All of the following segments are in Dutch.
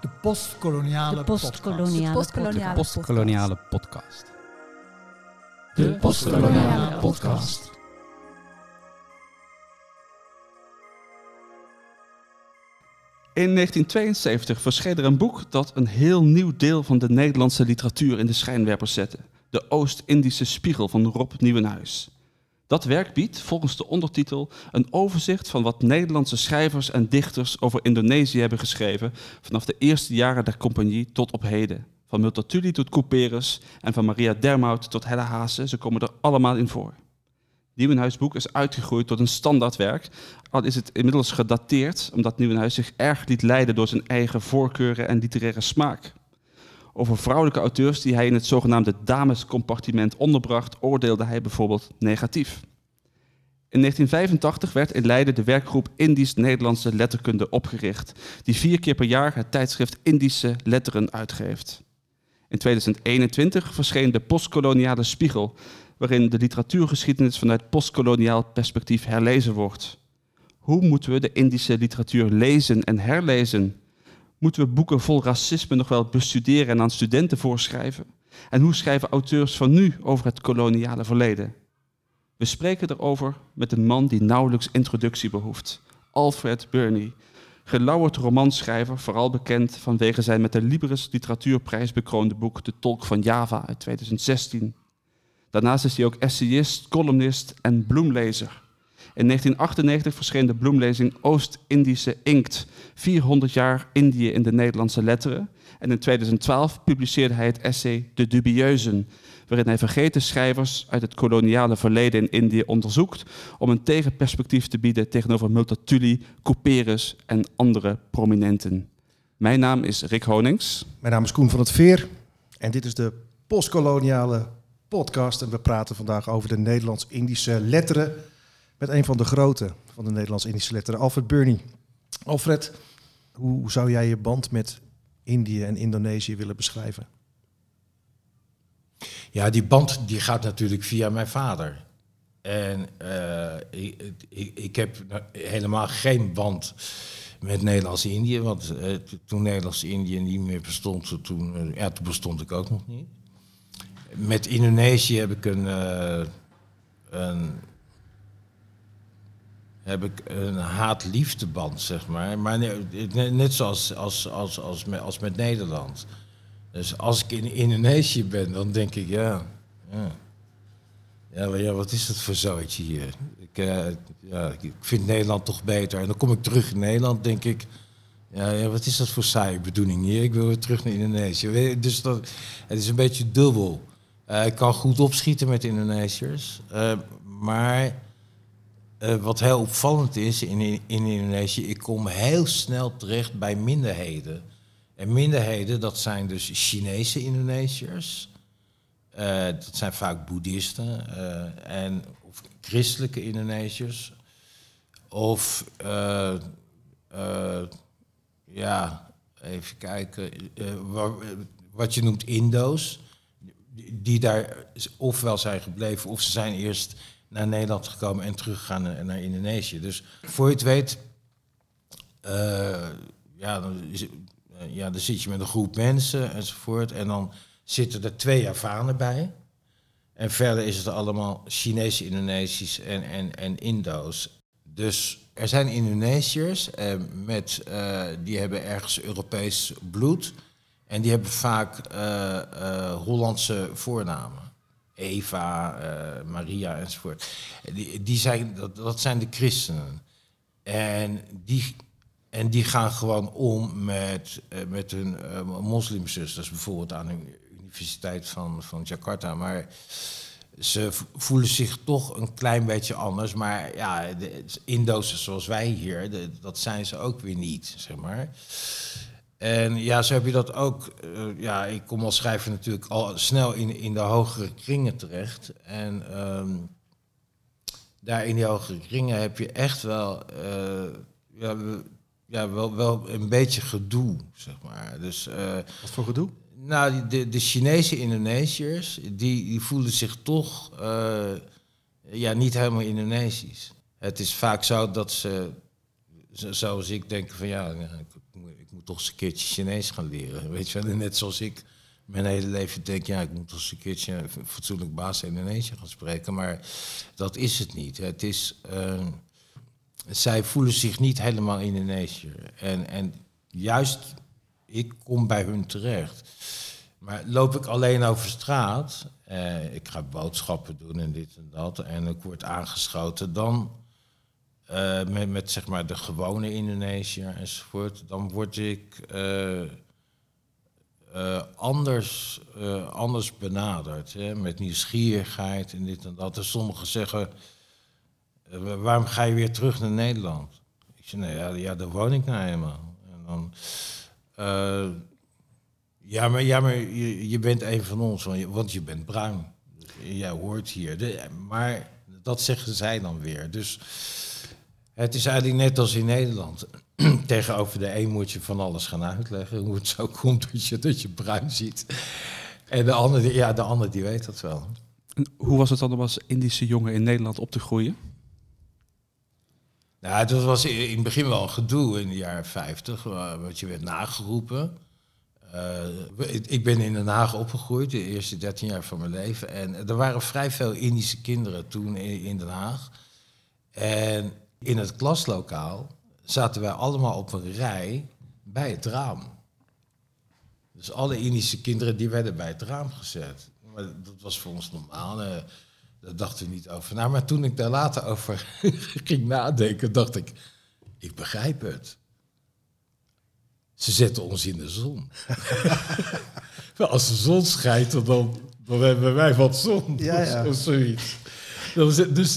De postkoloniale podcast. De postkoloniale podcast. In 1972 verscheen er een boek dat een heel nieuw deel van de Nederlandse literatuur in de schijnwerpers zette. De Oost-Indische Spiegel van Rob Nieuwenhuis. Dat werk biedt, volgens de ondertitel, een overzicht van wat Nederlandse schrijvers en dichters over Indonesië hebben geschreven vanaf de eerste jaren der compagnie tot op heden. Van Multatuli tot Couperus en van Maria Dermout tot Hella Haasen, ze komen er allemaal in voor. Nieuwenhuis' boek is uitgegroeid tot een standaardwerk, al is het inmiddels gedateerd omdat Nieuwenhuis zich erg liet leiden door zijn eigen voorkeuren en literaire smaak. Over vrouwelijke auteurs die hij in het zogenaamde damescompartiment onderbracht, oordeelde hij bijvoorbeeld negatief. In 1985 werd in Leiden de werkgroep Indisch-Nederlandse Letterkunde opgericht, die 4 keer per jaar het tijdschrift Indische Letteren uitgeeft. In 2021 verscheen de Postkoloniale Spiegel, waarin de literatuurgeschiedenis vanuit postkoloniaal perspectief herlezen wordt. Hoe moeten we de Indische literatuur lezen en herlezen? Moeten we boeken vol racisme nog wel bestuderen en aan studenten voorschrijven? En hoe schrijven auteurs van nu over het koloniale verleden? We spreken erover met een man die nauwelijks introductie behoeft. Alfred Burney, gelauwerd romanschrijver, vooral bekend vanwege zijn met de Libris Literatuurprijs bekroonde boek De Tolk van Java uit 2016. Daarnaast is hij ook essayist, columnist en bloemlezer. In 1998 verscheen de bloemlezing Oost-Indische Inkt, 400 jaar Indië in de Nederlandse letteren. En in 2012 publiceerde hij het essay De Dubieuzen, waarin hij vergeten schrijvers uit het koloniale verleden in Indië onderzoekt om een tegenperspectief te bieden tegenover Multatuli, Couperus en andere prominenten. Mijn naam is Rick Honings. Mijn naam is Koen van het Veer en dit is de postkoloniale podcast. En we praten vandaag over de Nederlands-Indische letteren met een van de grote van de Nederlands-Indische letteren, Alfred Burney. Alfred, hoe zou jij je band met Indië en Indonesië willen beschrijven? Ja, die band die gaat natuurlijk via mijn vader. En ik heb helemaal geen band met Nederlands-Indië. Want toen Nederlands-Indië niet meer bestond, toen bestond ik ook nog niet. Met Indonesië heb ik een haat-liefdeband, zeg maar. Maar net zoals als met Nederland. Dus als ik in Indonesië ben, dan denk ik, ja, wat is dat voor zoiets hier? Ik vind Nederland toch beter. En dan kom ik terug in Nederland, denk ik, wat is dat voor saaie bedoeling hier? Ik wil weer terug naar Indonesië. Dus het is een beetje dubbel. Ik kan goed opschieten met Indonesiërs, maar wat heel opvallend is in Indonesië, ik kom heel snel terecht bij minderheden. En minderheden, dat zijn dus Chinese Indonesiërs. Dat zijn vaak boeddhisten of christelijke Indonesiërs. Of, even kijken, wat je noemt Indo's. Die daar ofwel zijn gebleven, of ze zijn eerst naar Nederland gekomen en teruggegaan naar Indonesië. Dus voor je het weet, dan zit je met een groep mensen enzovoort. En dan zitten er 2 Javanen bij. En verder is het allemaal Chinese Indonesisch en Indo's. Dus er zijn Indonesiërs die hebben ergens Europees bloed. En die hebben vaak Hollandse voornamen. Eva, Maria enzovoort. Dat zijn de christenen. En die gaan gewoon om met hun moslimzusters, bijvoorbeeld aan de Universiteit van Jakarta. Maar ze voelen zich toch een klein beetje anders. Maar ja, de Indo's zoals wij hier, dat zijn ze ook weer niet, zeg maar. En ja, zo heb je dat ook. Ik kom als schrijver natuurlijk al snel in de hogere kringen terecht. En daar in die hogere kringen heb je echt wel, wel een beetje gedoe, zeg maar. Dus, Wat voor gedoe? Nou, de Chinese Indonesiërs, die voelen zich toch niet helemaal Indonesisch. Het is vaak zo dat zoals ik denk van ik moet toch eens een keertje Chinees gaan leren. Weet je wel, net zoals ik mijn hele leven denk, ik moet toch eens een keertje fatsoenlijk baas Indonesië gaan spreken. Maar dat is het niet. Het is, zij voelen zich niet helemaal Indonesiër. En juist, ik kom bij hun terecht. Maar loop ik alleen over straat, ik ga boodschappen doen en dit en dat, en ik word aangeschoten, dan met zeg maar de gewone Indonesiër enzovoort, dan word ik anders benaderd, hè, met nieuwsgierigheid en dit en dat. En sommigen zeggen, waarom ga je weer terug naar Nederland? Ik zeg, nee, daar woon ik nou eenmaal. En dan, maar je bent een van ons, want je bent bruin. Jij hoort hier. Maar dat zeggen zij dan weer. Dus het is eigenlijk net als in Nederland. Tegenover de een moet je van alles gaan uitleggen. Hoe het zo komt dat je bruin ziet. En de ander die weet dat wel. En hoe was het dan om als Indische jongen in Nederland op te groeien? Nou, dat was in het begin wel een gedoe in de jaren 50. Want je werd nageroepen. Ik ben in Den Haag opgegroeid, de eerste 13 jaar van mijn leven. En er waren vrij veel Indische kinderen toen in Den Haag. En in het klaslokaal zaten wij allemaal op een rij bij het raam. Dus alle Indische kinderen die werden bij het raam gezet. Maar dat was voor ons normaal. Daar dachten we niet over na. Maar toen ik daar later over ging nadenken, dacht ik begrijp het. Ze zetten ons in de zon. Als de zon schijnt, dan hebben wij wat zon. Ja. Of zoiets. Dus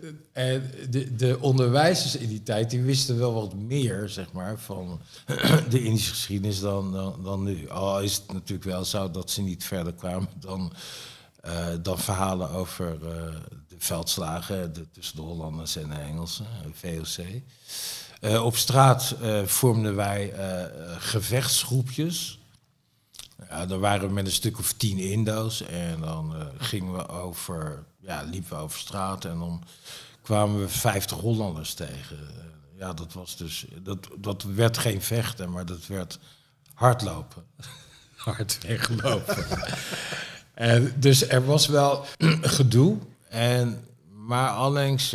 de onderwijzers in die tijd, die wisten wel wat meer, zeg maar, van de Indische geschiedenis dan nu. Al is het natuurlijk wel zo dat ze niet verder kwamen dan verhalen over de veldslagen tussen de Hollanders en de Engelsen, VOC. Op straat vormden wij gevechtsgroepjes. Ja, dan waren we met een stuk of 10 Indo's en dan liepen we over straat en dan kwamen we 50 Hollanders tegen. Dat was dus, dat werd geen vechten, maar dat werd hardlopen. Hard weglopen. En dus er was wel gedoe. Maar allengs,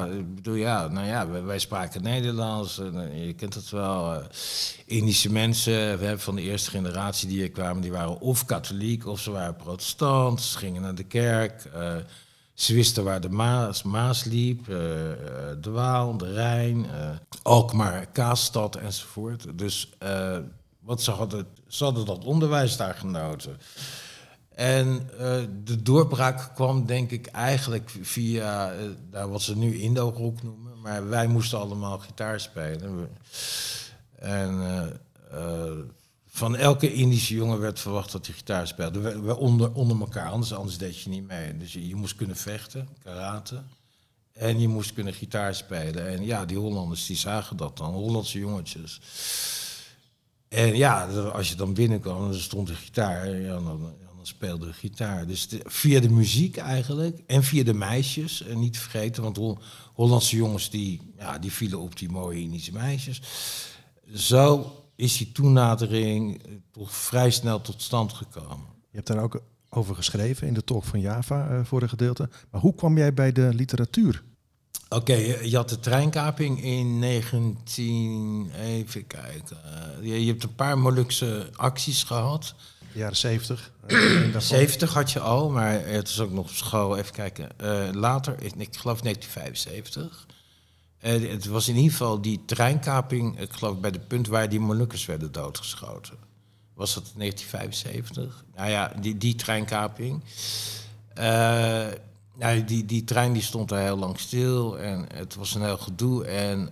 wij spraken Nederlands. Je kent het wel. Indische mensen van de eerste generatie die hier kwamen, die waren of katholiek of ze waren protestant. Ze gingen naar de kerk. Ze wisten waar de Maas liep, de Waal, de Rijn, Alkmaar, Kaasstad enzovoort. Dus wat ze hadden dat onderwijs daar genoten. En de doorbraak kwam denk ik eigenlijk via wat ze nu Indo-rock noemen. Maar wij moesten allemaal gitaar spelen. En van elke Indische jongen werd verwacht dat hij gitaar speelde. We onder elkaar, anders deed je niet mee. Dus je moest kunnen vechten, karate. En je moest kunnen gitaar spelen. En ja, die Hollanders die zagen dat dan, Hollandse jongetjes. En ja, als je dan binnenkwam, dan stond de gitaar. Dan speelde gitaar. Dus via de muziek eigenlijk. En via de meisjes. En niet vergeten, want Hollandse jongens die vielen op die mooie Indische meisjes. Zo is die toenadering toch vrij snel tot stand gekomen. Je hebt daar ook over geschreven in de Talk van Java voor een gedeelte. Maar hoe kwam jij bij de literatuur? Oké, je had de treinkaping in 19... Even kijken. Je hebt een paar Molukse acties gehad. Jaren 70. 70 had je al, maar het is ook nog op school. Even kijken. Later, ik geloof 1975. Het was in ieder geval die treinkaping, ik geloof bij de punt waar die Molukkers werden doodgeschoten. Was dat 1975? Nou ja, die treinkaping. Die trein die stond daar heel lang stil en het was een heel gedoe. En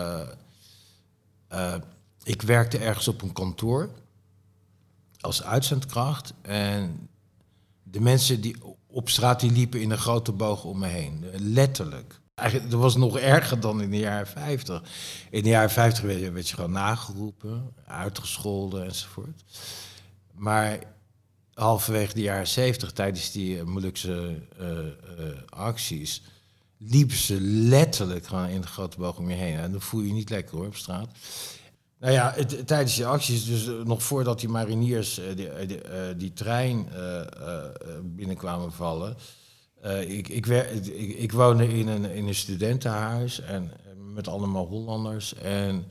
ik werkte ergens op een kantoor als uitzendkracht. En de mensen die op straat die liepen in een grote boog om me heen. Letterlijk. Eigenlijk, dat was nog erger dan in de jaren 50. In de jaren 50 werd je gewoon nageroepen, uitgescholden enzovoort. Maar halverwege de jaren 70, tijdens die Molukse acties, liepen ze letterlijk gewoon in de Grote Boog om je heen. En dan voel je je niet lekker hoor, op straat. Nou ja, tijdens die acties, dus nog voordat die mariniers die trein binnenkwamen vallen. Ik woonde in een studentenhuis en met allemaal Hollanders. En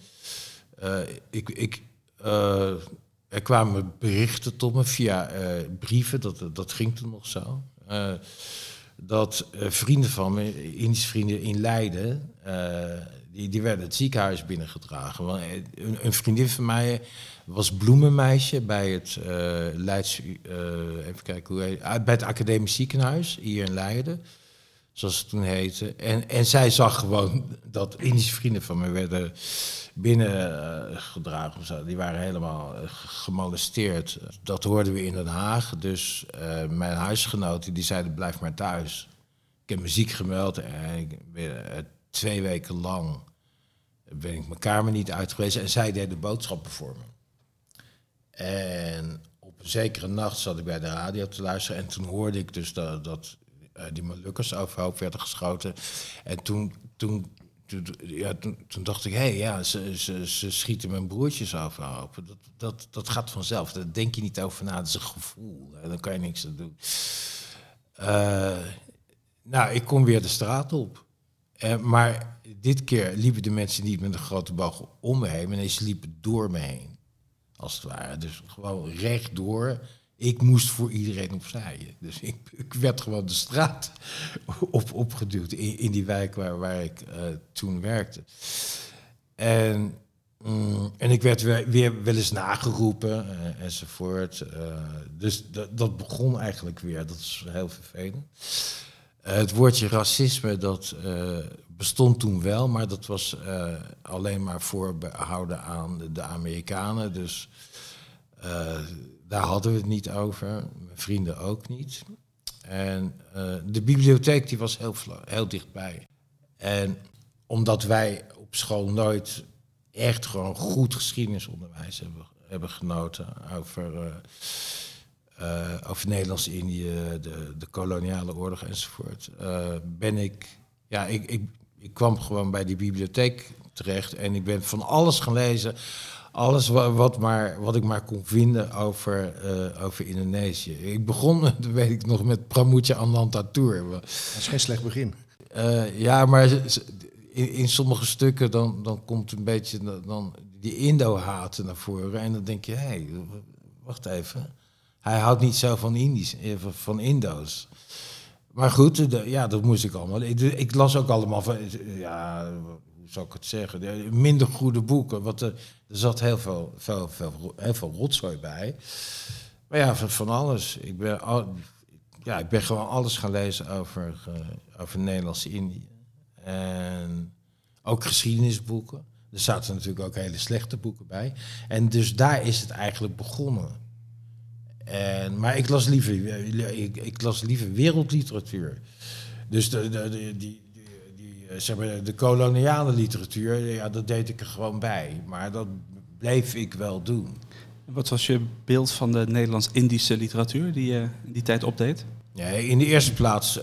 er kwamen berichten tot me via brieven, dat ging toen nog zo. Dat vrienden van me, Indische vrienden in Leiden, die werden het ziekenhuis binnengedragen. Want een vriendin van mij was bloemenmeisje bij het Leids, even kijken hoe heet, bij het Academisch Ziekenhuis hier in Leiden, zoals het toen heette. En zij zag gewoon dat Indische vrienden van me werden binnengedragen of zo. Die waren helemaal gemolesteerd. Dat hoorden we in Den Haag. Dus mijn huisgenoten die zeiden blijf maar thuis. Ik heb me ziek gemeld en ik ben 2 weken lang ben ik mijn kamer niet uit geweest. En zij deden boodschappen voor me. En op een zekere nacht zat ik bij de radio te luisteren. En toen hoorde ik dus dat die Molukkers overhoop werden geschoten. En toen dacht ik, ze schieten mijn broertjes overhoop. Dat gaat vanzelf. Daar denk je niet over na. Dat is een gevoel. Daar kan je niks aan doen. Ik kom weer de straat op. Maar dit keer liepen de mensen niet met een grote boog om me heen. Maar ze liepen door me heen. Als het ware. Dus gewoon rechtdoor. Ik moest voor iedereen opzij. Dus ik werd gewoon de straat opgeduwd in die wijk waar ik toen werkte. En ik werd weer wel eens nageroepen enzovoort. Dus dat begon eigenlijk weer. Dat is heel vervelend. Het woordje racisme, dat bestond toen wel, maar dat was alleen maar voorbehouden aan de Amerikanen. Dus daar hadden we het niet over. Mijn vrienden ook niet. En de bibliotheek die was heel dichtbij. En omdat wij op school nooit echt gewoon goed geschiedenisonderwijs hebben genoten over Nederlands-Indië, de koloniale oorlog enzovoort, ik kwam gewoon bij die bibliotheek terecht en ik ben van alles gaan lezen. Alles wat ik maar kon vinden over Indonesië. Ik begon, dat weet ik nog, met Pramudia Anantatur. Dat is geen slecht begin. Maar in sommige stukken dan komt een beetje die Indo-haat naar voren. En dan denk je, wacht even. Hij houdt niet zo van Indo's. Maar goed, dat moest ik allemaal. Ik las ook allemaal van, hoe zou ik het zeggen, minder goede boeken. Want er zat heel veel rotzooi bij. Maar ja, van alles. Ik ben gewoon alles gaan lezen over Nederlands-Indië. En ook geschiedenisboeken. Er zaten natuurlijk ook hele slechte boeken bij. En dus daar is het eigenlijk begonnen. Maar ik las liever wereldliteratuur. Dus de koloniale literatuur, dat deed ik er gewoon bij. Maar dat bleef ik wel doen. Wat was je beeld van de Nederlands-Indische literatuur die je in die tijd opdeed? Ja, in de eerste plaats,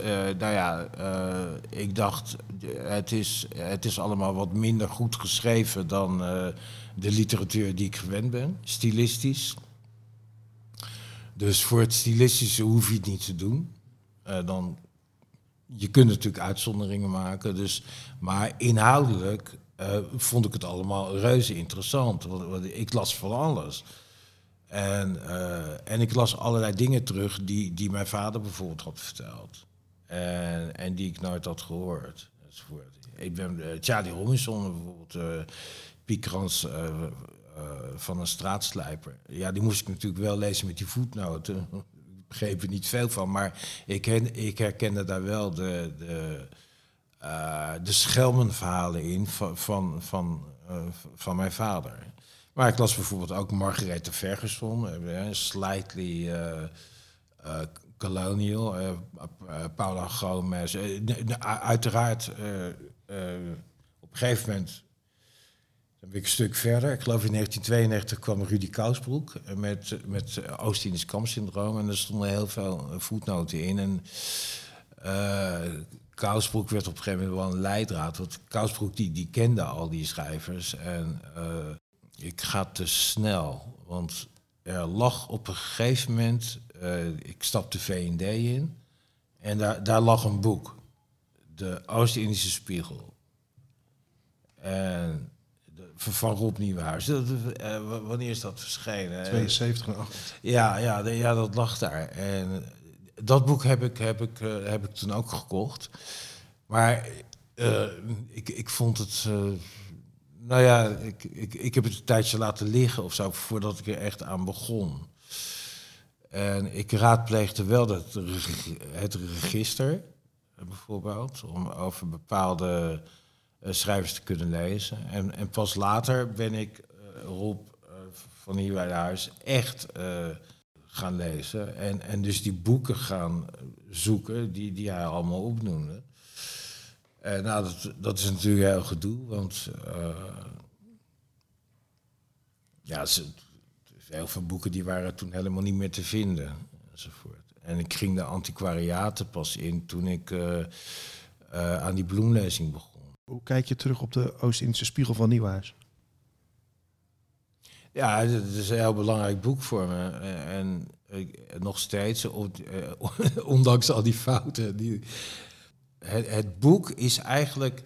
ik dacht, het is allemaal wat minder goed geschreven dan de literatuur die ik gewend ben, stilistisch. Dus voor het stilistische hoef je het niet te doen. Je kunt natuurlijk uitzonderingen maken. Maar inhoudelijk vond ik het allemaal reuze interessant. Want ik las van alles. En ik las allerlei dingen terug die mijn vader bijvoorbeeld had verteld. En die ik nooit had gehoord. Ik ben Charlie Robinson bijvoorbeeld, Piet Krans van een straatslijper. Ja, die moest ik natuurlijk wel lezen met die voetnoten. Ik begreep er niet veel van, maar ik herkende daar wel de schelmenverhalen in van mijn vader. Maar ik las bijvoorbeeld ook Margarethe Ferguson, Slightly Colonial, Paula Gomez. Uiteraard, op een gegeven moment, dan ben ik een stuk verder. Ik geloof in 1992 kwam Rudy Kousbroek met Oost-Indisch kampsyndroom. En er stonden heel veel voetnoten in. En Kousbroek werd op een gegeven moment wel een leidraad. Want Kousbroek die kende al die schrijvers. En ik ga te snel. Want er lag op een gegeven moment... ik stapte V&D in. En daar lag een boek. De Oost-Indische Spiegel. En van Rob Nieuwenhuis. Wanneer is dat verschenen? 72 en 8. Ja, dat lag daar. En dat boek heb ik toen ook gekocht. Maar ik vond het... ik heb het een tijdje laten liggen of zo, voordat ik er echt aan begon. En ik raadpleegde wel het register, bijvoorbeeld, om over bepaalde schrijvers te kunnen lezen. En pas later ben ik Rob van Nieuwenhuis echt gaan lezen. En dus die boeken gaan zoeken die hij allemaal opnoemde. Dat is natuurlijk heel gedoe, want heel veel boeken die waren toen helemaal niet meer te vinden, enzovoort. En ik ging de antiquariaten pas in toen ik aan die bloemlezing begon. Hoe kijk je terug op de Oost-Indische Spiegel van Nieuwenhuis? Ja, het is een heel belangrijk boek voor me. En nog steeds, ondanks al die fouten. Het boek is eigenlijk...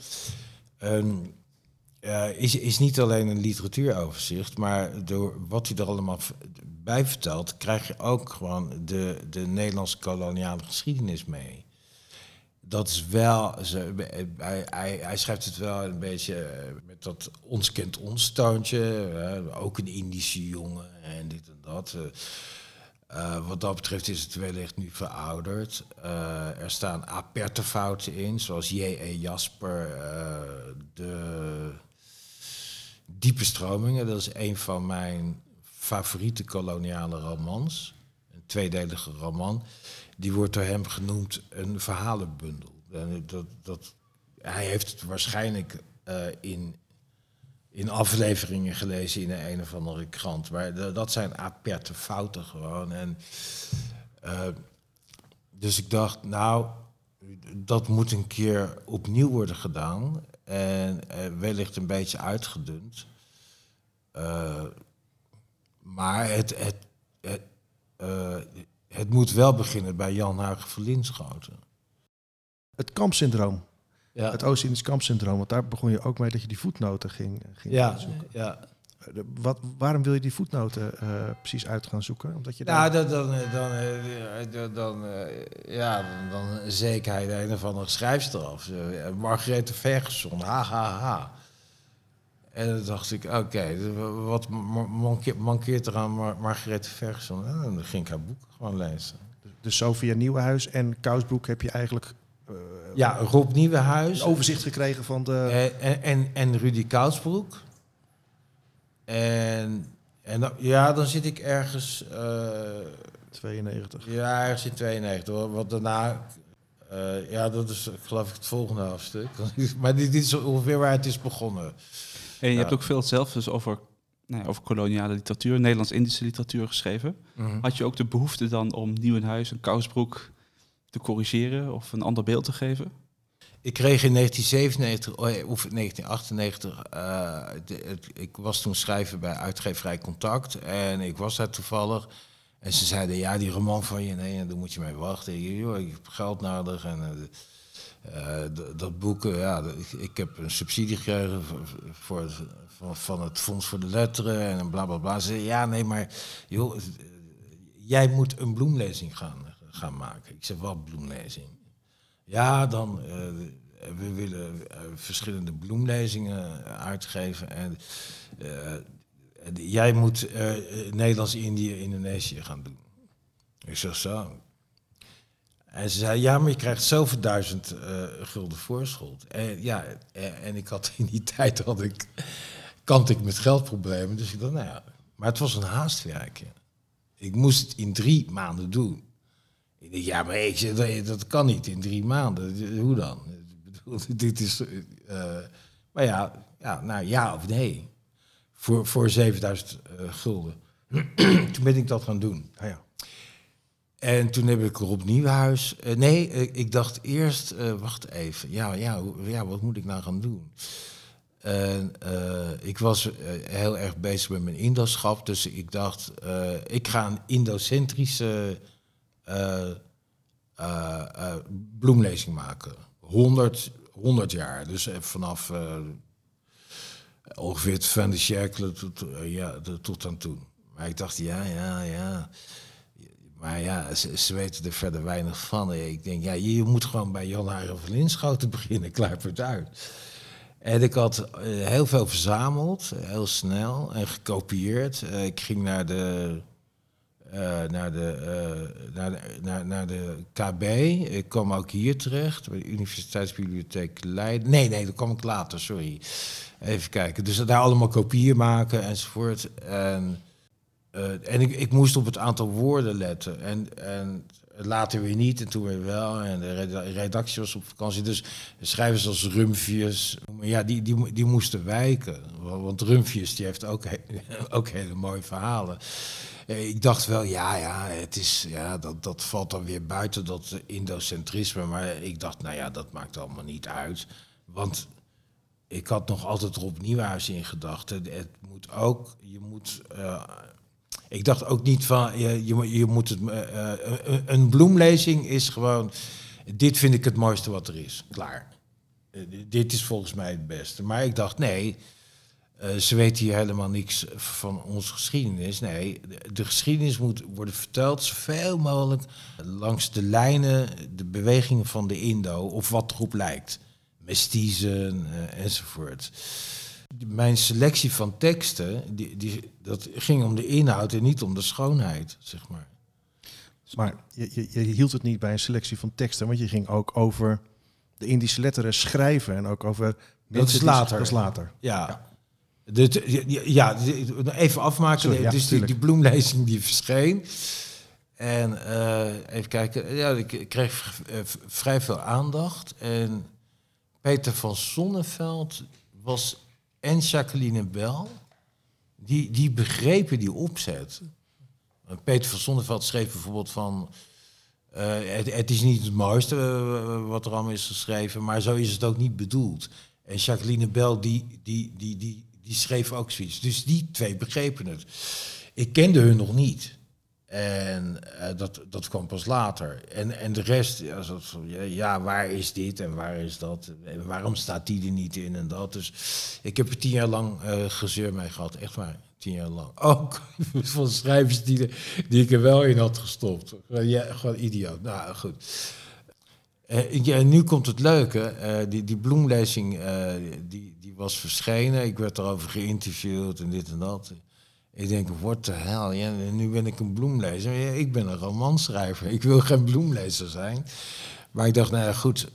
is niet alleen een literatuuroverzicht, maar door wat hij er allemaal bij vertelt, krijg je ook gewoon de Nederlandse koloniale geschiedenis mee. Dat is wel... Hij schrijft het wel een beetje met dat ons kent ons toontje. Ook een Indische jongen en dit en dat. Wat dat betreft is het wellicht nu verouderd. Er staan apertefouten in, zoals J.E. Jasper, de Diepe Stromingen. Dat is een van mijn favoriete koloniale romans. Een tweedelige roman. Die wordt door hem genoemd een verhalenbundel. Hij heeft het waarschijnlijk in afleveringen gelezen in een of andere krant. Maar dat zijn aperte fouten gewoon. En, dus ik dacht, nou, dat moet een keer opnieuw worden gedaan. En wellicht een beetje uitgedund. Maar het moet wel beginnen bij Jan Huyghe van Linschoten. Het kampsyndroom. Ja. Het Oost-Indisch kampsyndroom. Want daar begon je ook mee dat je die voetnoten ging zoeken. Ja. Waarom wil je die voetnoten precies uit gaan zoeken? Omdat je dan zeker hij de een of andere schrijfster af. Margarethe Ferguson, ha. En dan dacht ik, oké, wat mankeert er aan Margarethe Ferguson? Dan ging ik haar boek gewoon lezen. Dus Sophia Nieuwenhuis en Kousbroek heb je eigenlijk... Rob Nieuwenhuis. Een overzicht gekregen van de... En Rudy Kousbroek. Dan zit ik ergens... 92. Ja, ergens in 92 hoor. Want daarna... dat is geloof ik het volgende hoofdstuk. Maar dit is ongeveer waar het is begonnen. En je hebt ook veel zelf dus over koloniale literatuur, Nederlands-Indische literatuur geschreven. Mm-hmm. Had je ook de behoefte dan om Nieuwenhuis en Kousbroek te corrigeren of een ander beeld te geven? Ik kreeg in 1997 of 1998... ik was toen schrijver bij uitgeverij Contact. En ik was daar toevallig. En ze zeiden, die roman van je, nee, daar moet je mee wachten. Ik heb geld nodig. En dat boek, ik heb een subsidie gekregen van het Fonds voor de Letteren. En bla bla bla. Ze zeiden, nee, maar joh, jij moet een bloemlezing gaan maken. Ik zeg, wat bloemlezing? Ja, dan... we willen verschillende bloemlezingen uitgeven. En jij moet Nederlands-Indië, Indonesië gaan doen. Ik zeg zo. En ze zei, maar je krijgt zoveel 1000 gulden voorschot. En ik had in die tijd kant ik met geldproblemen. Dus ik dacht, maar het was een haastwerkje. Ik moest het in 3 maanden doen. Ik dacht, maar dat kan niet in 3 maanden. Hoe dan? Ik bedoel, dit is... ja of nee. Voor 7000 gulden. Toen ben ik dat gaan doen. Ja. En toen heb ik Rob Nieuwenhuis... ik dacht eerst... wacht even. Ja, wat moet ik nou gaan doen? Ik was heel erg bezig met mijn Indoschap. Dus ik dacht... ik ga een Indocentrische bloemlezing maken. 100 jaar. Dus vanaf ongeveer het van de Cercle tot aan toen. Maar ik dacht, ja. Maar ja, ze weten er verder weinig van. Ik denk, je moet gewoon bij Jan Haren van Linschoten beginnen, klaarpunt uit. En ik had heel veel verzameld, heel snel, en gekopieerd. Ik ging naar de KB. Ik kwam ook hier terecht, bij de Universiteitsbibliotheek Leiden. Nee, dat kwam ik later, sorry. Even kijken. Dus daar allemaal kopieën maken enzovoort. En ik moest op het aantal woorden letten. En later weer niet en toen weer wel. En de redactie was op vakantie. Dus schrijvers als Rumphius, ja, die moesten wijken. Want Rumphius die heeft ook hele mooie verhalen. Ik dacht wel, het is, dat valt dan weer buiten dat indocentrisme. Maar ik dacht, dat maakt allemaal niet uit. Want ik had nog altijd Rob Nieuwenhuis in gedachten. Ik dacht ook niet van, je moet het... een bloemlezing is gewoon... Dit vind ik het mooiste wat er is. Klaar. Dit is volgens mij het beste. Maar ik dacht, nee... ze weten hier helemaal niks van onze geschiedenis. Nee, de geschiedenis moet worden verteld... zoveel mogelijk langs de lijnen... de bewegingen van de Indo... of wat erop lijkt. Mestiezen enzovoort... Mijn selectie van teksten, dat ging om de inhoud en niet om de schoonheid, zeg maar. Maar je hield het niet bij een selectie van teksten, want je ging ook over de Indische letteren schrijven en ook over... Dat is later. Dat is later. Ja. Even afmaken. Sorry, dus die bloemlezing die verscheen. En even kijken. Ja, ik kreeg vrij veel aandacht. En Peter van Sonneveld was... En Jacqueline Bel, die begrepen die opzet. Peter van Sonneveld schreef bijvoorbeeld van... het is niet het mooiste wat er allemaal is geschreven... maar zo is het ook niet bedoeld. En Jacqueline Bel, die schreef ook zoiets. Dus die twee begrepen het. Ik kende hun nog niet. En dat kwam pas later. En de rest, waar is dit en waar is dat? En waarom staat die er niet in en dat? Dus ik heb er 10 jaar lang gezeur mee gehad. Echt waar, 10 jaar lang. Ook van schrijvers die ik er wel in had gestopt. Gewoon idioot. Nou, goed. Nu komt het leuke. Die bloemlezing die was verschenen. Ik werd erover geïnterviewd en dit en dat. Ik denk, what the hell, nu ben ik een bloemlezer. Ja, ik ben een romanschrijver, ik wil geen bloemlezer zijn. Maar ik dacht, goed,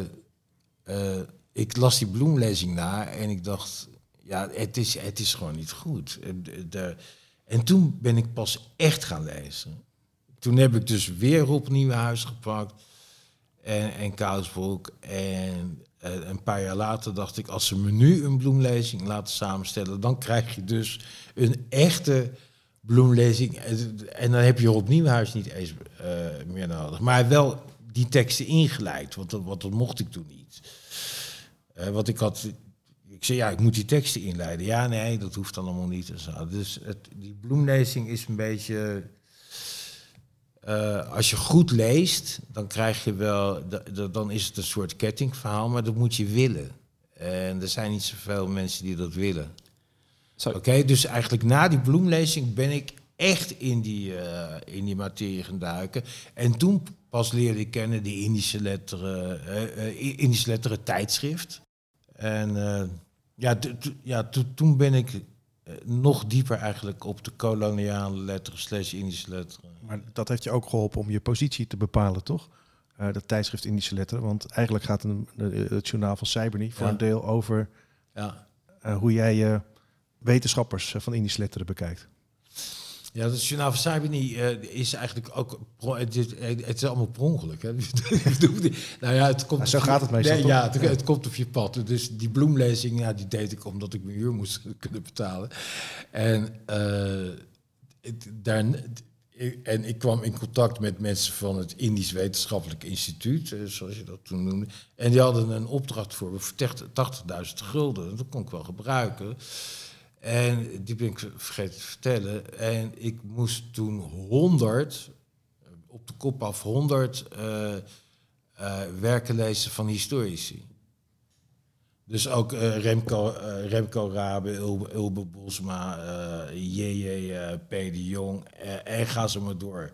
ik las die bloemlezing na en ik dacht, het is gewoon niet goed. En toen ben ik pas echt gaan lezen. Toen heb ik dus weer Rob Nieuwenhuis gepakt en Kousbroek. En een paar jaar later dacht ik, als ze me nu een bloemlezing laten samenstellen, dan krijg je dus een echte bloemlezing. En dan heb je Rob Nieuwenhuis niet eens meer nodig. Maar wel die teksten ingeleid, want dat mocht ik toen niet. Want ik zei, ik moet die teksten inleiden. Ja, nee, dat hoeft dan allemaal niet. En zo. Dus die bloemlezing is een beetje... als je goed leest, dan krijg je wel... Dan is het een soort kettingverhaal, maar dat moet je willen. En er zijn niet zoveel mensen die dat willen. Oké, dus eigenlijk na die bloemlezing ben ik echt in die materie gaan duiken. En toen pas leerde ik kennen die Indische letteren tijdschrift. En toen ben ik nog dieper eigenlijk op de koloniale letteren / Indische letteren. Maar dat heeft je ook geholpen om je positie te bepalen, toch? Dat tijdschrift Indische letteren. Want eigenlijk gaat het journaal van Sijberny voor een deel over hoe jij wetenschappers van Indische letteren bekijkt. Ja, dat journaal van Sijberny is eigenlijk ook... Het is allemaal per ongeluk. Hè? Het komt zo gaat het meestal. Het komt op je pad. Dus die bloemlezing, die deed ik omdat ik mijn huur moest kunnen betalen. En ik kwam in contact met mensen van het Indisch Wetenschappelijk Instituut, zoals je dat toen noemde. En die hadden een opdracht voor me voor 80.000 gulden. Dat kon ik wel gebruiken. En die ben ik vergeten te vertellen. En ik moest toen 100, op de kop af 100 werken lezen van historici. Dus ook Remco Rabe, Ulbe Bosma, J.J. P. de Jong en ga zo maar door.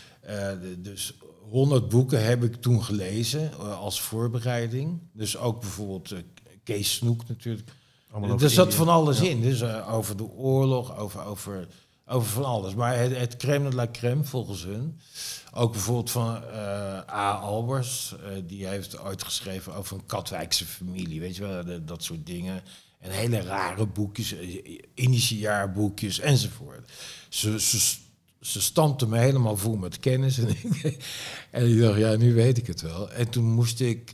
Dus 100 boeken heb ik toen gelezen als voorbereiding. Dus ook bijvoorbeeld Kees Snoek natuurlijk. Er zat van alles in. Dus over de oorlog, over van alles. Maar het crème de la crème volgens hun. Ook bijvoorbeeld van A. Albers. Die heeft ooit geschreven over een Katwijkse familie. Weet je wel, dat soort dingen. En hele rare boekjes. Indische jaarboekjes enzovoort. Ze stampte me helemaal vol met kennis. En ik dacht, ja, nu weet ik het wel. En toen moest ik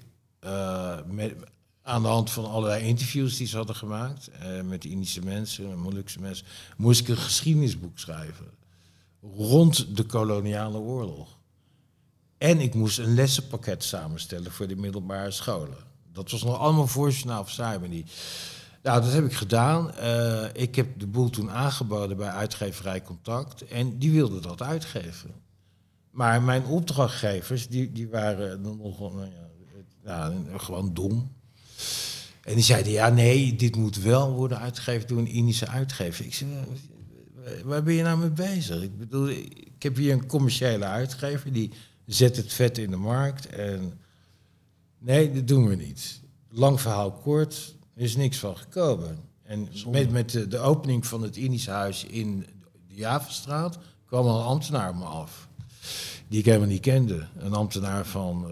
aan de hand van allerlei interviews die ze hadden gemaakt, met Indische mensen, Molukse mensen, moest ik een geschiedenisboek schrijven rond de koloniale oorlog. En ik moest een lessenpakket samenstellen voor de middelbare scholen. Dat was nog allemaal voor Journaal van Saibani. Nou, dat heb ik gedaan. Ik heb de boel toen aangeboden bij uitgeverij Contact en die wilden dat uitgeven. Maar mijn opdrachtgevers, die waren nog gewoon dom. En die zeiden, ja, nee, dit moet wel worden uitgegeven door een Indische uitgever. Ik zei, waar ben je nou mee bezig? Ik bedoel, ik heb hier een commerciële uitgever, die zet het vet in de markt. En nee, dat doen we niet. Lang verhaal kort, er is niks van gekomen. En met de opening van het Indische huis in de Javastraat kwam een ambtenaar op me af. Die ik helemaal niet kende. Een ambtenaar van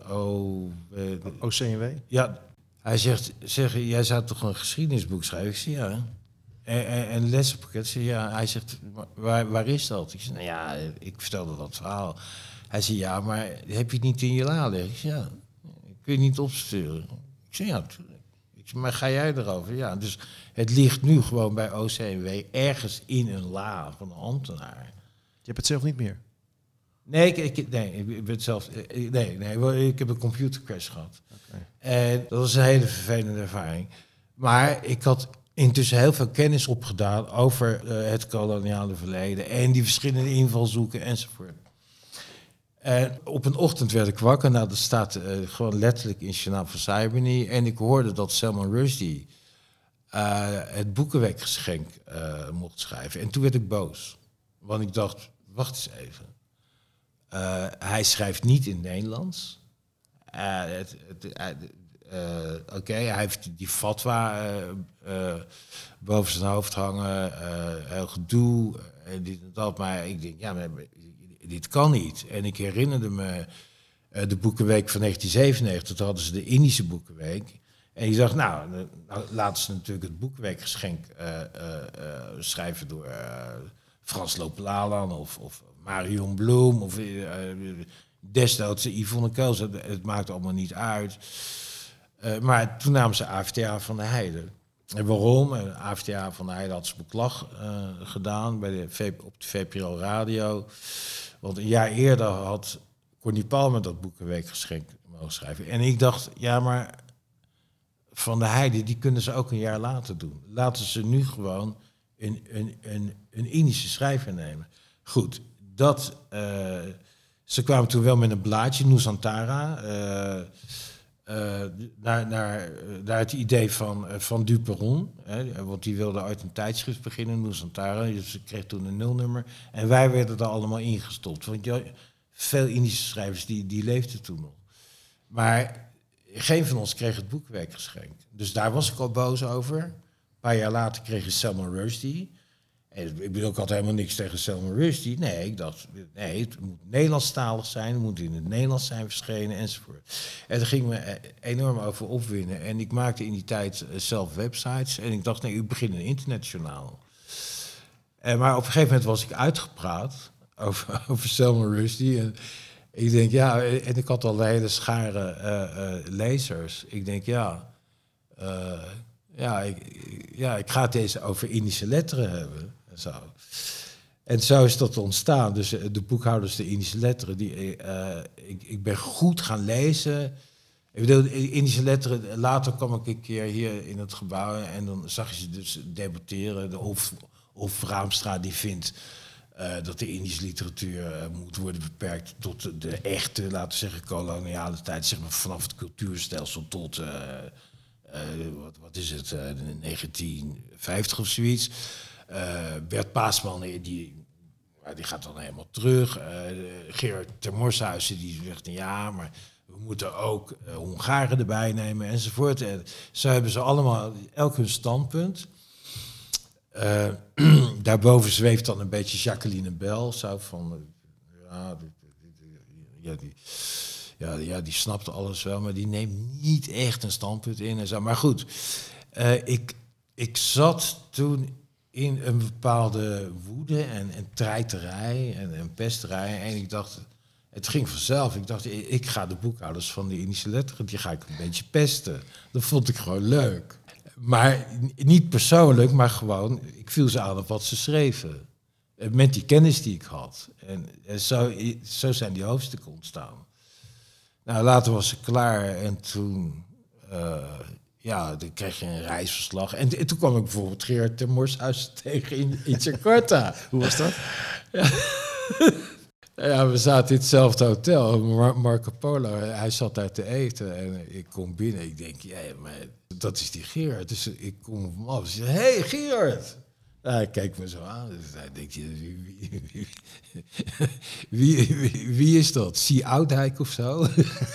OCMW? Ja, hij zegt, jij zou toch een geschiedenisboek schrijven? Ik zeg, ja. En lessenpakket? Zeg, ja. Hij zegt, waar is dat? Ik zeg, nou ja, ik vertelde dat verhaal. Hij zegt, ja, maar heb je het niet in je la liggen? Ik zeg, ja, ik kun je niet opsturen. Ik zeg, ja, natuurlijk. Ik zeg, maar ga jij erover? Ja, dus het ligt nu gewoon bij OCMW ergens in een la van een ambtenaar. Je hebt het zelf niet meer? Nee, ik ben zelf. Ik heb een computercrash gehad. Okay. En dat was een hele vervelende ervaring. Maar ik had intussen heel veel kennis opgedaan over het koloniale verleden en die verschillende invalshoeken enzovoort. En op een ochtend werd ik wakker. Nou, dat staat gewoon letterlijk in Journaal van Saibani. En ik hoorde dat Salman Rushdie het Boekenweekgeschenk mocht schrijven. En toen werd ik boos. Want ik dacht, wacht eens even. Hij schrijft niet in het Nederlands. Hij heeft die fatwa boven zijn hoofd hangen. Heel gedoe. Dit en dat. Maar ik denk, ja, maar dit kan niet. En ik herinnerde me de Boekenweek van 1997. Toen hadden ze de Indische Boekenweek. En je dacht, nou laten ze natuurlijk het Boekenweekgeschenk schrijven door Frans Loop-Lalan of Marion Bloem of destijds Yvonne Keels. Het maakt allemaal niet uit. Maar toen namen ze AVTA van de Heide. En waarom? AVTA van de Heide had zijn beklag gedaan op de VPRO Radio. Want een jaar eerder had Connie Palmer dat Boekenweekgeschenk mogen schrijven. En ik dacht, ja, maar Van de Heide, die kunnen ze ook een jaar later doen. Laten ze nu gewoon een Indische schrijver nemen. Goed, ze kwamen toen wel met een blaadje, Nusantara, naar het idee van Duperron. Want die wilde uit een tijdschrift beginnen, Nusantara. Dus ze kreeg toen een 0-nummer. En wij werden er allemaal ingestopt. Want veel Indische schrijvers die leefden toen nog. Maar geen van ons kreeg het Boekenweekgeschenk. Dus daar was ik al boos over. Een paar jaar later kreeg je Salman Rushdie. En ik bedoel, ik had helemaal niks tegen Salman Rushdie. Nee, ik dacht, het moet Nederlandstalig zijn, het moet in het Nederlands zijn verschenen, enzovoort. En daar ging me enorm over opwinden. En ik maakte in die tijd zelf websites. En ik dacht, nee, ik begin een internetjournaal. Maar op een gegeven moment was ik uitgepraat over Salman Rushdie. En ik denk, ja, en ik had al een hele schare lezers. Ik denk, ik ga het eens over Indische letteren hebben. En zo. En zo is dat ontstaan. Dus de boekhouders, de Indische letteren, ik ben goed gaan lezen. Ik bedoel, de Indische letteren, later kwam ik een keer hier in het gebouw en dan zag je ze dus debatteren. De Of Raamstra die vindt dat de Indische literatuur moet worden beperkt tot de echte, laten we zeggen, koloniale tijd. Zeg maar vanaf het cultuurstelsel tot, wat is het, 1950 of zoiets. Bert Paasman, die gaat dan helemaal terug. Gerard ter Morshuizen, die zegt, ja, maar we moeten ook Hongaren erbij nemen enzovoort. En zo hebben ze allemaal elk hun standpunt. Daarboven zweeft dan een beetje Jacqueline Bell. Zo van, die snapt alles wel, maar die neemt niet echt een standpunt in. En zo. Maar goed, ik zat toen in een bepaalde woede en treiterij en pesterij. En ik dacht, het ging vanzelf. Ik dacht, ik ga de boekhouders van de Indische letteren, die ga ik een beetje pesten. Dat vond ik gewoon leuk. Maar niet persoonlijk, maar gewoon, ik viel ze aan op wat ze schreven. Met die kennis die ik had. En zo zijn die hoofdstukken ontstaan. Nou, later was ze klaar en toen... dan kreeg je een reisverslag. En toen kwam ik bijvoorbeeld Gerard ter Morshuizen tegen in Jakarta. Hoe was dat? Ja, we zaten in hetzelfde hotel, Marco Polo. Hij zat daar te eten en ik kom binnen. Ik denk, ja, maar dat is die Gerard. Dus ik kom op hem af. Ze zei, hey Gerard! Nou, hij kijkt me zo aan. Dus hij denkt, wie is dat? Sie Oudijk of zo?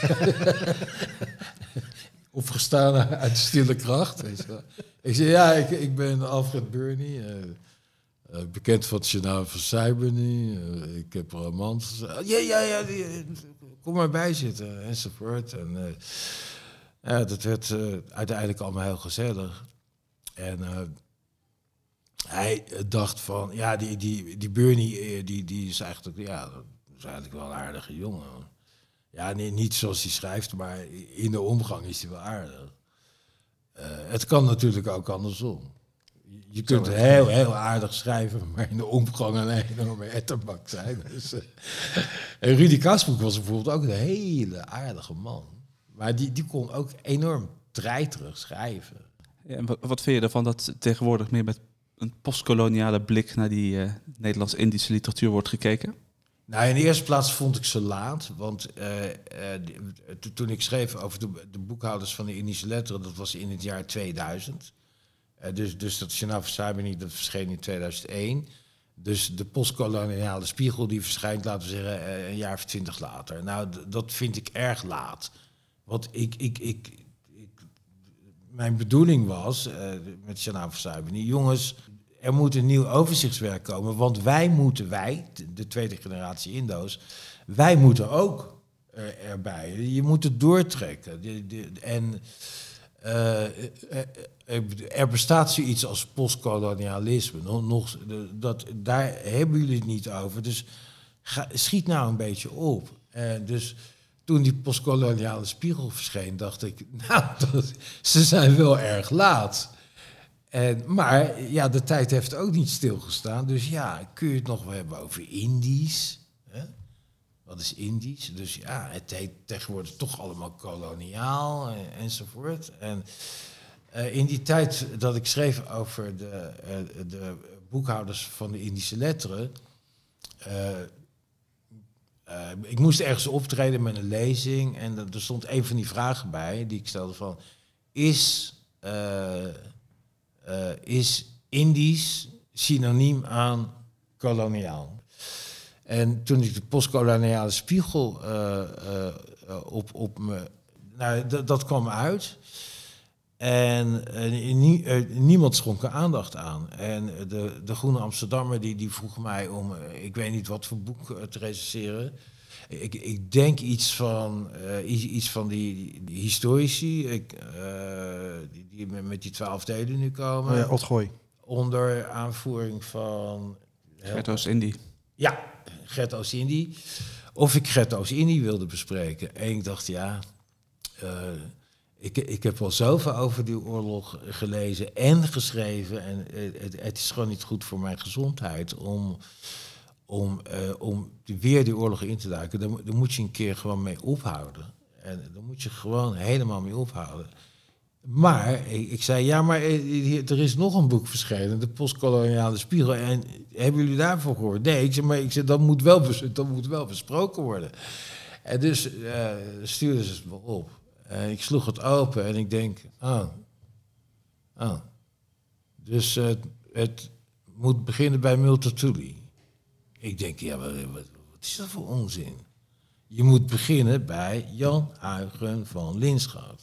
Opgestaan uit de stille kracht. Ik zei, ja, ik ben Alfred Burney. Bekend van het journaal van Syberney. Ik heb romans. Ja, kom maar bij zitten. Enzovoort. En dat werd uiteindelijk allemaal heel gezellig. En hij dacht van, ja, die Burney, die is eigenlijk, dat is eigenlijk wel een aardige jongen. Ja, niet zoals hij schrijft, maar in de omgang is hij wel aardig. Het kan natuurlijk ook andersom. Je kunt heel aardig schrijven, maar in de omgang een enorme etterbak zijn. Dus, en Rudy Kasbroek was bijvoorbeeld ook een hele aardige man. Maar die kon ook enorm treiterig schrijven. Ja, en wat vind je ervan dat tegenwoordig meer met een postkoloniale blik naar die Nederlands-Indische literatuur wordt gekeken? Nou, in de eerste plaats vond ik ze laat. Want toen ik schreef over de boekhouders van de Indische letteren, dat was in het jaar 2000. Dus dat journaal van Syberney, dat verscheen in 2001. Dus de postkoloniale spiegel die verschijnt, laten we zeggen, een jaar of 20 later. Nou, dat vind ik erg laat. Want mijn bedoeling was, met het journaal van Syberney, jongens, er moet een nieuw overzichtswerk komen. Want wij, de tweede generatie Indo's, wij moeten ook erbij. Je moet het doortrekken. Er bestaat zoiets als postkolonialisme. Daar hebben jullie het niet over. Dus schiet nou een beetje op. Dus toen die postkoloniale spiegel verscheen, dacht ik, nou, ze zijn wel erg laat. Maar ja, de tijd heeft ook niet stilgestaan. Dus ja, kun je het nog wel hebben over Indisch? Hè? Wat is Indisch? Dus ja, het heet tegenwoordig toch allemaal koloniaal enzovoort. En in die tijd dat ik schreef over de boekhouders van de Indische letteren, ik moest ergens optreden met een lezing en er stond een van die vragen bij die ik stelde van, is Indisch synoniem aan koloniaal? En toen ik de postkoloniale spiegel op me... Nou, dat kwam uit. En niemand schonk er aandacht aan. En de Groene Amsterdammer die vroeg mij om, ik weet niet wat voor boek te recenseren. Ik denk iets van die historici, die met die 12 delen nu komen. Oh ja, Otgooi. Onder aanvoering van... Gert Oost-Indie. Ja, Gert Oost-Indie. Of ik Gert Oost-Indie wilde bespreken. En ik dacht, ja... Ik heb al zoveel over die oorlog gelezen en geschreven. En het is gewoon niet goed voor mijn gezondheid om weer die oorlog in te duiken. Daar moet je een keer gewoon mee ophouden. En daar moet je gewoon helemaal mee ophouden. Maar ik zei, er is nog een boek verschenen, De Postkoloniale Spiegel. En hebben jullie daarvoor gehoord? Nee, ik zei dat moet wel besproken worden. En dus stuurden ze het me op. En ik sloeg het open en ik denk, Dus het moet beginnen bij Multatuli. Ik denk, wat is dat voor onzin? Je moet beginnen bij Jan Huygen van Linschoten.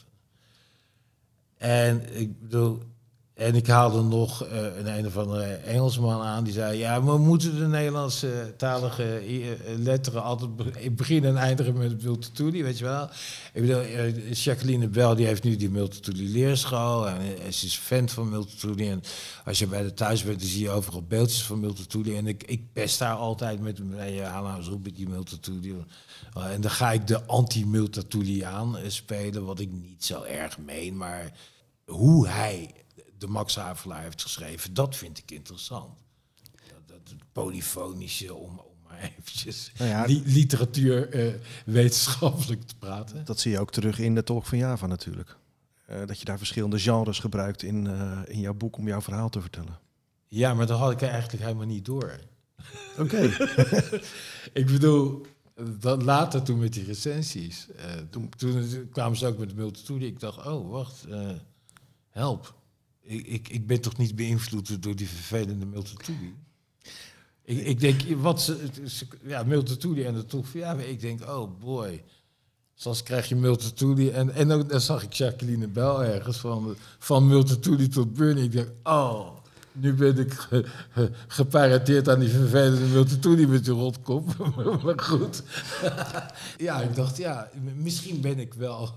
En ik haalde nog een of andere Engelsman aan die zei, we moeten de Nederlandse talige letteren altijd beginnen en eindigen met Multatuli, weet je wel. Ik bedoel, Jacqueline Bel die heeft nu die Multatuli leerschool en ze is fan van Multatuli. En als je bij de thuis bent, dan zie je overal beeldjes van Multatuli. En ik pest daar altijd met haal nou eens op met die Multatuli. En dan ga ik de anti-Multatuli aan spelen, wat ik niet zo erg meen, maar hoe hij de Max Havelaar heeft geschreven, dat vind ik interessant. Dat polyfonische, om maar eventjes literatuur wetenschappelijk te praten. Dat zie je ook terug in de Tolk van Java natuurlijk. Dat je daar verschillende genres gebruikt in jouw boek om jouw verhaal te vertellen. Ja, maar dat had ik eigenlijk helemaal niet door. Oké. Ik bedoel, later toen met die recensies. Toen kwamen ze ook met de Multatuli. Ik dacht, wacht, help. Ik ben toch niet beïnvloed door die vervelende Multatuli? Ik denk, Multatuli en de Tolk van Java. Ik denk, oh boy. Zoals krijg je Multatuli. En dan zag ik Jacqueline Bel ergens van Multatuli tot Burney. Ik denk, nu ben ik geparateerd aan die vervelende Multatuli met die rotkop. Maar goed. Ik dacht, misschien ben ik wel...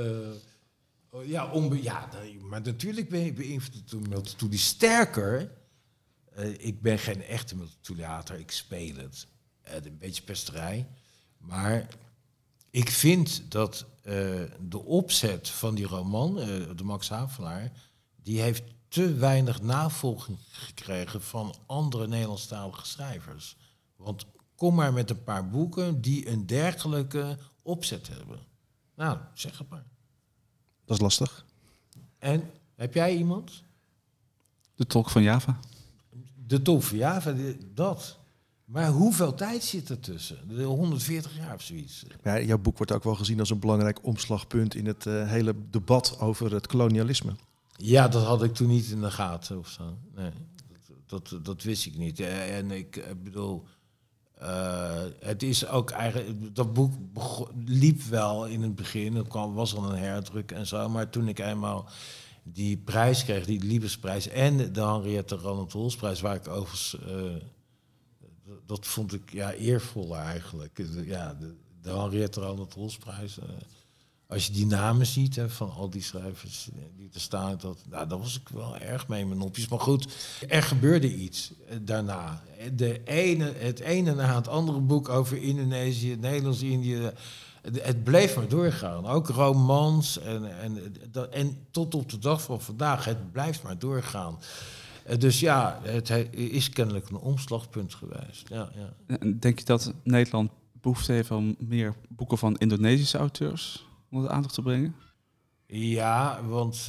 maar natuurlijk ben ik beïnvloed door Multatuli. Sterker, ik ben geen echte Multatuliater, ik speel het. Een beetje pesterij. Maar ik vind dat de opzet van die roman, de Max Havelaar, die heeft te weinig navolging gekregen van andere Nederlandstalige schrijvers. Want kom maar met een paar boeken die een dergelijke opzet hebben. Nou, zeg het maar. Dat is lastig. En heb jij iemand? De Tolk van Java. De Tolk van Java, dat. Maar hoeveel tijd zit er tussen? 140 jaar of zoiets. Ja, jouw boek wordt ook wel gezien als een belangrijk omslagpunt in het hele debat over het kolonialisme. Ja, dat had ik toen niet in de gaten of zo. Nee, dat wist ik niet. En ik bedoel... het is ook eigenlijk... Dat boek liep wel in het begin. Er was al een herdruk en zo. Maar toen ik eenmaal die prijs kreeg, die Liebesprijs en de Henriette Ronald-Holsprijs, waar ik overigens... dat vond ik eervol eigenlijk. De Henriette Ronald-Holsprijs... als je die namen ziet van al die schrijvers die er staan, daar was ik wel erg mee in mijn nopjes. Maar goed, er gebeurde iets daarna. Het ene na het andere boek over Indonesië, Nederlands-Indië. Het bleef maar doorgaan. Ook romans en tot op de dag van vandaag. Het blijft maar doorgaan. Dus het is kennelijk een omslagpunt geweest. Ja. Denk je dat Nederland behoefte heeft aan meer boeken van Indonesische auteurs onder de aandacht te brengen? Ja, want...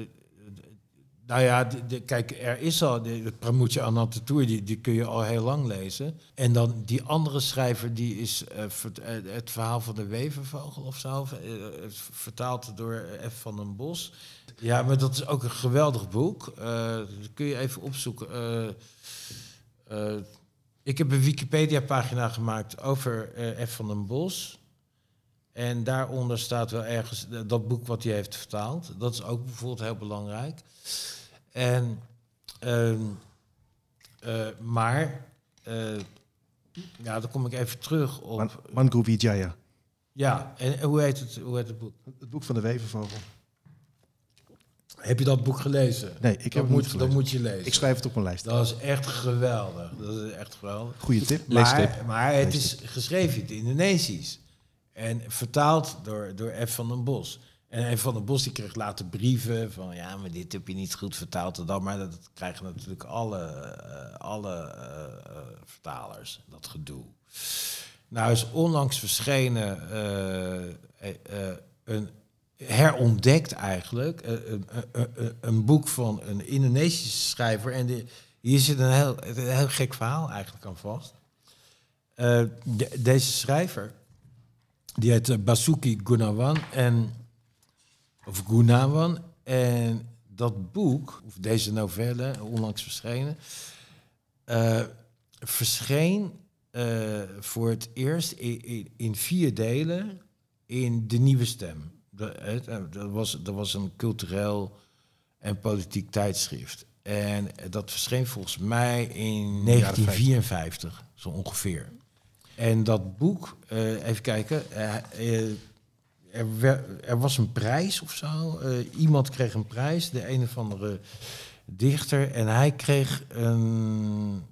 kijk, er is al... De Pramoedje Anantatoer, die kun je al heel lang lezen. En dan die andere schrijver, die is het verhaal van de wevervogel of zo. Vertaald door F. van den Bos. Ja, maar dat is ook een geweldig boek. Dat kun je even opzoeken. Ik heb een Wikipedia-pagina gemaakt over F. van den Bos. En daaronder staat wel ergens dat boek wat hij heeft vertaald. Dat is ook bijvoorbeeld heel belangrijk. En, dan kom ik even terug op... Mangku Wijaya. Ja, en hoe heet het boek? Het boek van de wevervogel. Heb je dat boek gelezen? Nee, ik heb het niet gelezen. Dat moet je lezen. Ik schrijf het op mijn lijst. Dat is echt geweldig. Goeie tip. Leestip. Maar het is geschreven in het Indonesisch. En vertaald door F. van den Bos. En Van der Bos die kreeg later brieven van... ja, maar dit heb je niet goed vertaald en dat. Maar dat krijgen natuurlijk alle vertalers, dat gedoe. Nou is onlangs verschenen herontdekt eigenlijk... een boek van een Indonesische schrijver. En hier zit een heel gek verhaal eigenlijk aan vast. Deze schrijver, die heet Basuki Gunawan... Of Gunawan. En dat boek, of deze novelle, onlangs verschenen... verscheen voor het eerst in 4 delen in De Nieuwe Stem. Dat was een cultureel en politiek tijdschrift. En dat verscheen volgens mij in 1954, zo ongeveer. En dat boek, even kijken... Er was een prijs of zo. Iemand kreeg een prijs, de een of andere dichter. En hij kreeg een...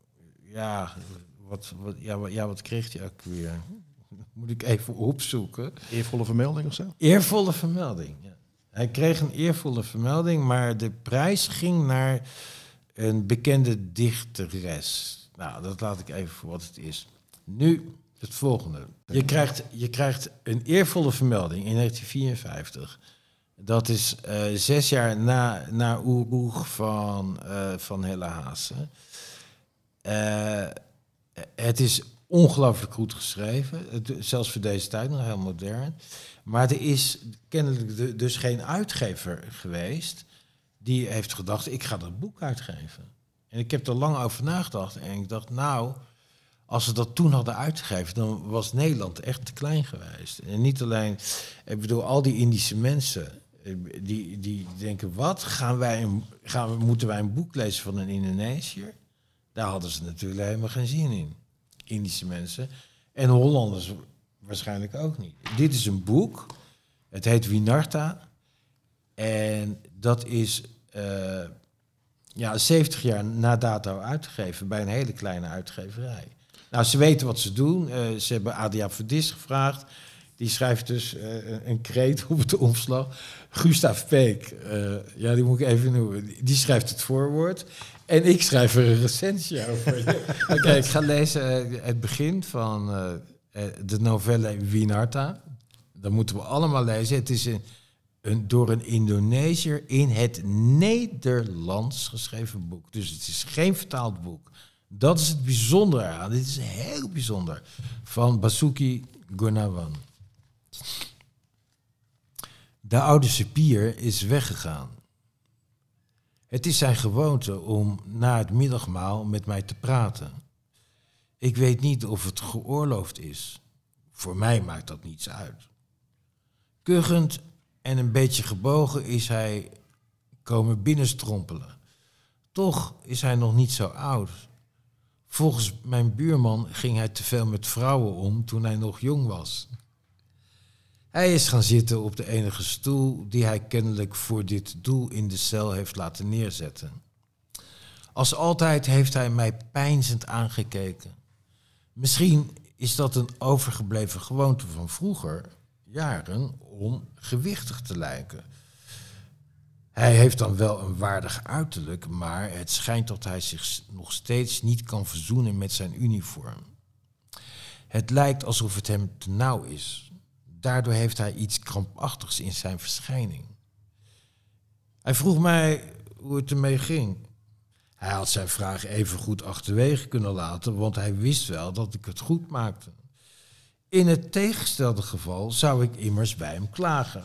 wat kreeg hij ook weer? Moet ik even opzoeken. Eervolle vermelding of zo? Eervolle vermelding, ja. Hij kreeg een eervolle vermelding, maar de prijs ging naar een bekende dichteres. Nou, dat laat ik even voor wat het is. Nu... Het volgende. Je krijgt een eervolle vermelding in 1954. Dat is 6 jaar na Oeroeg van Helle Haase. Het is ongelooflijk goed geschreven. Zelfs voor deze tijd nog heel modern. Maar er is kennelijk dus geen uitgever geweest... die heeft gedacht, ik ga dat boek uitgeven. En ik heb er lang over nagedacht. En ik dacht, nou... Als ze dat toen hadden uitgegeven, dan was Nederland echt te klein geweest. En niet alleen, ik bedoel, al die Indische mensen die denken, wat? Moeten wij een boek lezen van een Indonesiër? Daar hadden ze natuurlijk helemaal geen zin in. Indische mensen. En Hollanders waarschijnlijk ook niet. Dit is een boek. Het heet Winarta. En dat is 70 jaar na dato uitgegeven bij een hele kleine uitgeverij. Nou, ze weten wat ze doen. Ze hebben Adia Verdis gevraagd. Die schrijft dus een kreet op de omslag. Gustav Peek, die moet ik even noemen. Die schrijft het voorwoord. En ik schrijf er een recensie over. Oké, ik ga lezen het begin van de novelle Winarta. Dat moeten we allemaal lezen. Het is door een Indonesiër in het Nederlands geschreven boek. Dus het is geen vertaald boek. Dat is het bijzondere aan. Dit is heel bijzonder. Van Basuki Gunawan. De oude cipier is weggegaan. Het is zijn gewoonte om na het middagmaal met mij te praten. Ik weet niet of het geoorloofd is. Voor mij maakt dat niets uit. Kuchend en een beetje gebogen is hij komen binnenstrompelen. Toch is hij nog niet zo oud. Volgens mijn buurman ging hij te veel met vrouwen om toen hij nog jong was. Hij is gaan zitten op de enige stoel die hij kennelijk voor dit doel in de cel heeft laten neerzetten. Als altijd heeft hij mij peinzend aangekeken. Misschien is dat een overgebleven gewoonte van vroeger jaren om gewichtig te lijken. Hij heeft dan wel een waardig uiterlijk, maar het schijnt dat hij zich nog steeds niet kan verzoenen met zijn uniform. Het lijkt alsof het hem te nauw is. Daardoor heeft hij iets krampachtigs in zijn verschijning. Hij vroeg mij hoe het ermee ging. Hij had zijn vraag even goed achterwege kunnen laten, want hij wist wel dat ik het goed maakte. In het tegenstelde geval zou ik immers bij hem klagen.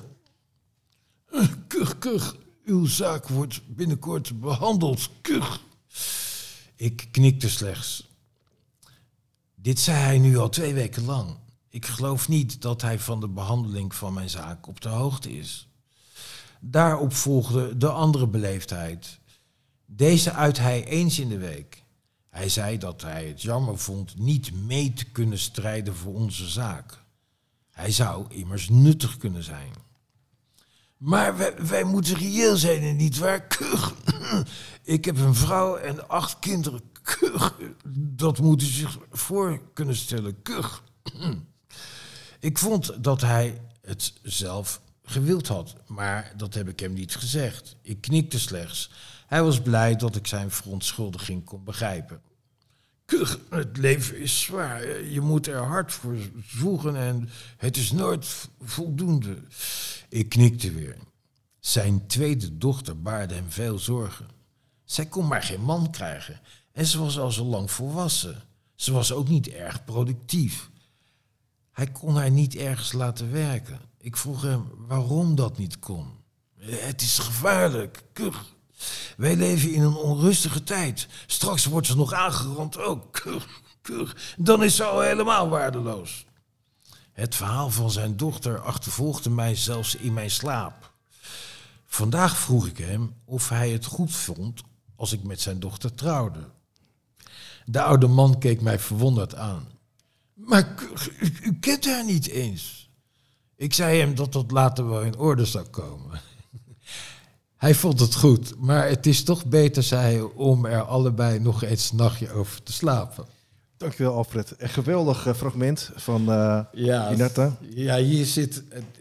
Kuch, uw zaak wordt binnenkort behandeld. Kuch. Ik knikte slechts. Dit zei hij nu al 2 weken lang. Ik geloof niet dat hij van de behandeling van mijn zaak op de hoogte is. Daarop volgde de andere beleefdheid. Deze uit hij eens in de week. Hij zei dat hij het jammer vond niet mee te kunnen strijden voor onze zaak. Hij zou immers nuttig kunnen zijn. Maar wij moeten reëel zijn en niet waar? Kuch. Ik heb een vrouw en 8 kinderen. Kuch. Dat moet u zich voor kunnen stellen. Kuch. Ik vond dat hij het zelf gewild had. Maar dat heb ik hem niet gezegd. Ik knikte slechts. Hij was blij dat ik zijn verontschuldiging kon begrijpen. Kuch, het leven is zwaar. Je moet er hard voor zwoegen en het is nooit voldoende. Ik knikte weer. Zijn tweede dochter baarde hem veel zorgen. Zij kon maar geen man krijgen en ze was al zo lang volwassen. Ze was ook niet erg productief. Hij kon haar niet ergens laten werken. Ik vroeg hem waarom dat niet kon. Het is gevaarlijk. Kuch. Wij leven in een onrustige tijd. Straks wordt ze nog aangerand ook. Dan is ze al helemaal waardeloos. Het verhaal van zijn dochter achtervolgde mij zelfs in mijn slaap. Vandaag vroeg ik hem of hij het goed vond als ik met zijn dochter trouwde. De oude man keek mij verwonderd aan. Maar u kent haar niet eens. Ik zei hem dat dat later wel in orde zou komen. Hij vond het goed, maar het is toch beter, zei hij, om er allebei nog eens een nachtje over te slapen. Dankjewel, Alfred. Een geweldig fragment van Ja, Winarta. Ja, hier zit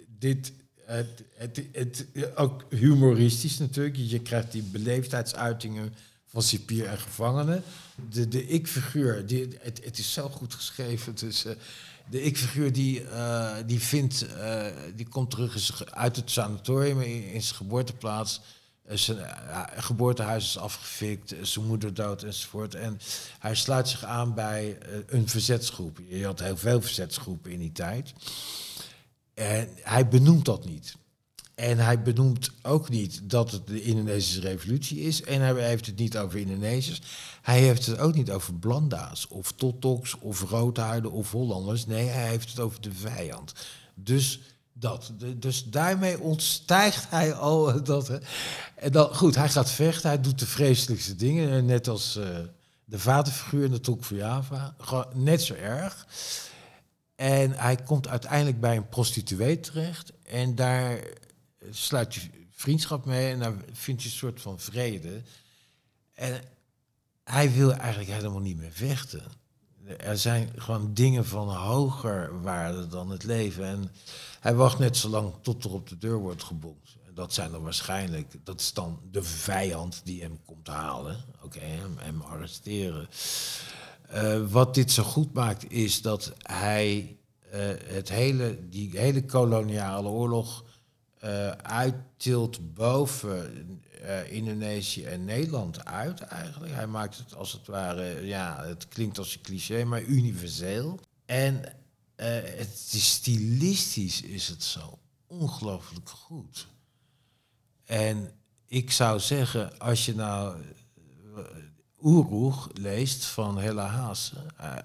ook humoristisch natuurlijk. Je krijgt die beleefdheidsuitingen van cipier en gevangenen. De ik-figuur, het is zo goed geschreven. Dus, de ik-figuur die vindt, die komt terug uit het sanatorium in zijn geboorteplaats. Zijn geboortehuis is afgefikt, zijn moeder dood enzovoort. En hij sluit zich aan bij een verzetsgroep. Je had heel veel verzetsgroepen in die tijd. En hij benoemt dat niet. En hij benoemt ook niet dat het de Indonesische revolutie is. En hij heeft het niet over Indonesiërs. Hij heeft het ook niet over Blanda's of Totoks of Roodhuiden of Hollanders. Nee, hij heeft het over de vijand. Dus daarmee ontstijgt hij al dat. En dan, goed, hij gaat vechten. Hij doet de vreselijkste dingen. Net als de vaderfiguur in de Tolk van Java. Gewoon net zo erg. En hij komt uiteindelijk bij een prostituee terecht. En daar sluit je vriendschap mee. En daar vind je een soort van vrede. En hij wil eigenlijk helemaal niet meer vechten. Er zijn gewoon dingen van hoger waarde dan het leven. En hij wacht net zo lang tot er op de deur wordt gebonkt. En dat zijn dan waarschijnlijk, dat is dan de vijand die hem komt halen. Oké, hem arresteren. Wat dit zo goed maakt is dat hij die hele koloniale oorlog uittilt boven Indonesië en Nederland uit eigenlijk. Hij maakt het als het ware, ja, het klinkt als een cliché, maar universeel. En het is stilistisch is het zo ongelooflijk goed. En ik zou zeggen, als je nou Oeroeg leest van Hella Haase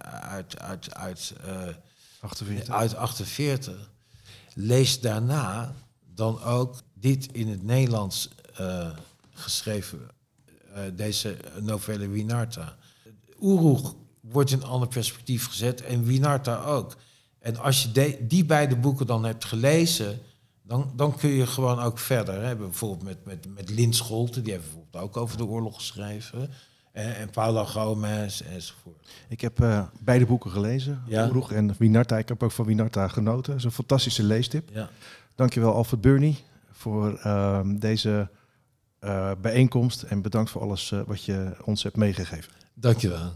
uit 48, lees daarna dan ook dit in het Nederlands geschreven, deze novelle Winarta. Oeroeg wordt in een ander perspectief gezet en Winarta ook. En als je die beide boeken dan hebt gelezen, dan kun je gewoon ook verder. Hè? Bijvoorbeeld met Lin Scholte, die heeft bijvoorbeeld ook over de oorlog geschreven. En Paulo Gomez enzovoort. Ik heb beide boeken gelezen, Ja. Oeroeg en Winarta. Ik heb ook van Winarta genoten. Dat is een fantastische leestip. Ja. Dankjewel Alfred Burney voor deze bijeenkomst. En bedankt voor alles wat je ons hebt meegegeven. Dankjewel.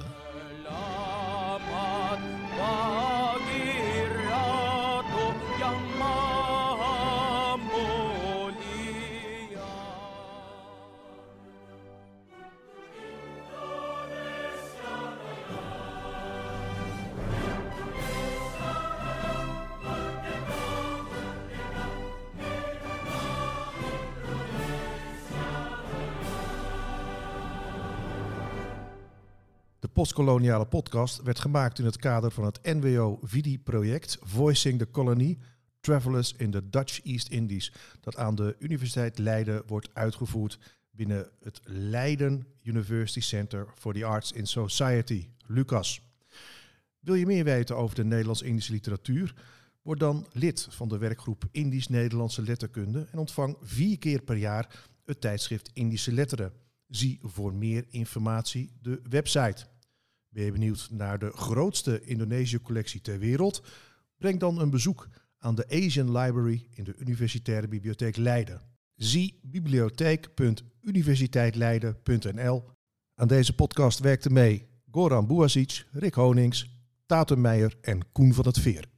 De postkoloniale podcast werd gemaakt in het kader van het NWO-VIDI-project Voicing the Colony, Travelers in the Dutch East Indies, dat aan de Universiteit Leiden wordt uitgevoerd binnen het Leiden University Center for the Arts in Society, LUCAS. Wil je meer weten over de Nederlands-Indische literatuur? Word dan lid van de werkgroep Indisch-Nederlandse Letterkunde en ontvang 4 keer per jaar het tijdschrift Indische Letteren. Zie voor meer informatie de website. Ben je benieuwd naar de grootste Indonesië-collectie ter wereld? Breng dan een bezoek aan de Asian Library in de Universitaire Bibliotheek Leiden. Zie bibliotheek.universiteitleiden.nl. Aan deze podcast werkten mee Goran Buasic, Rick Honings, Tatum Meijer en Koen van het Veer.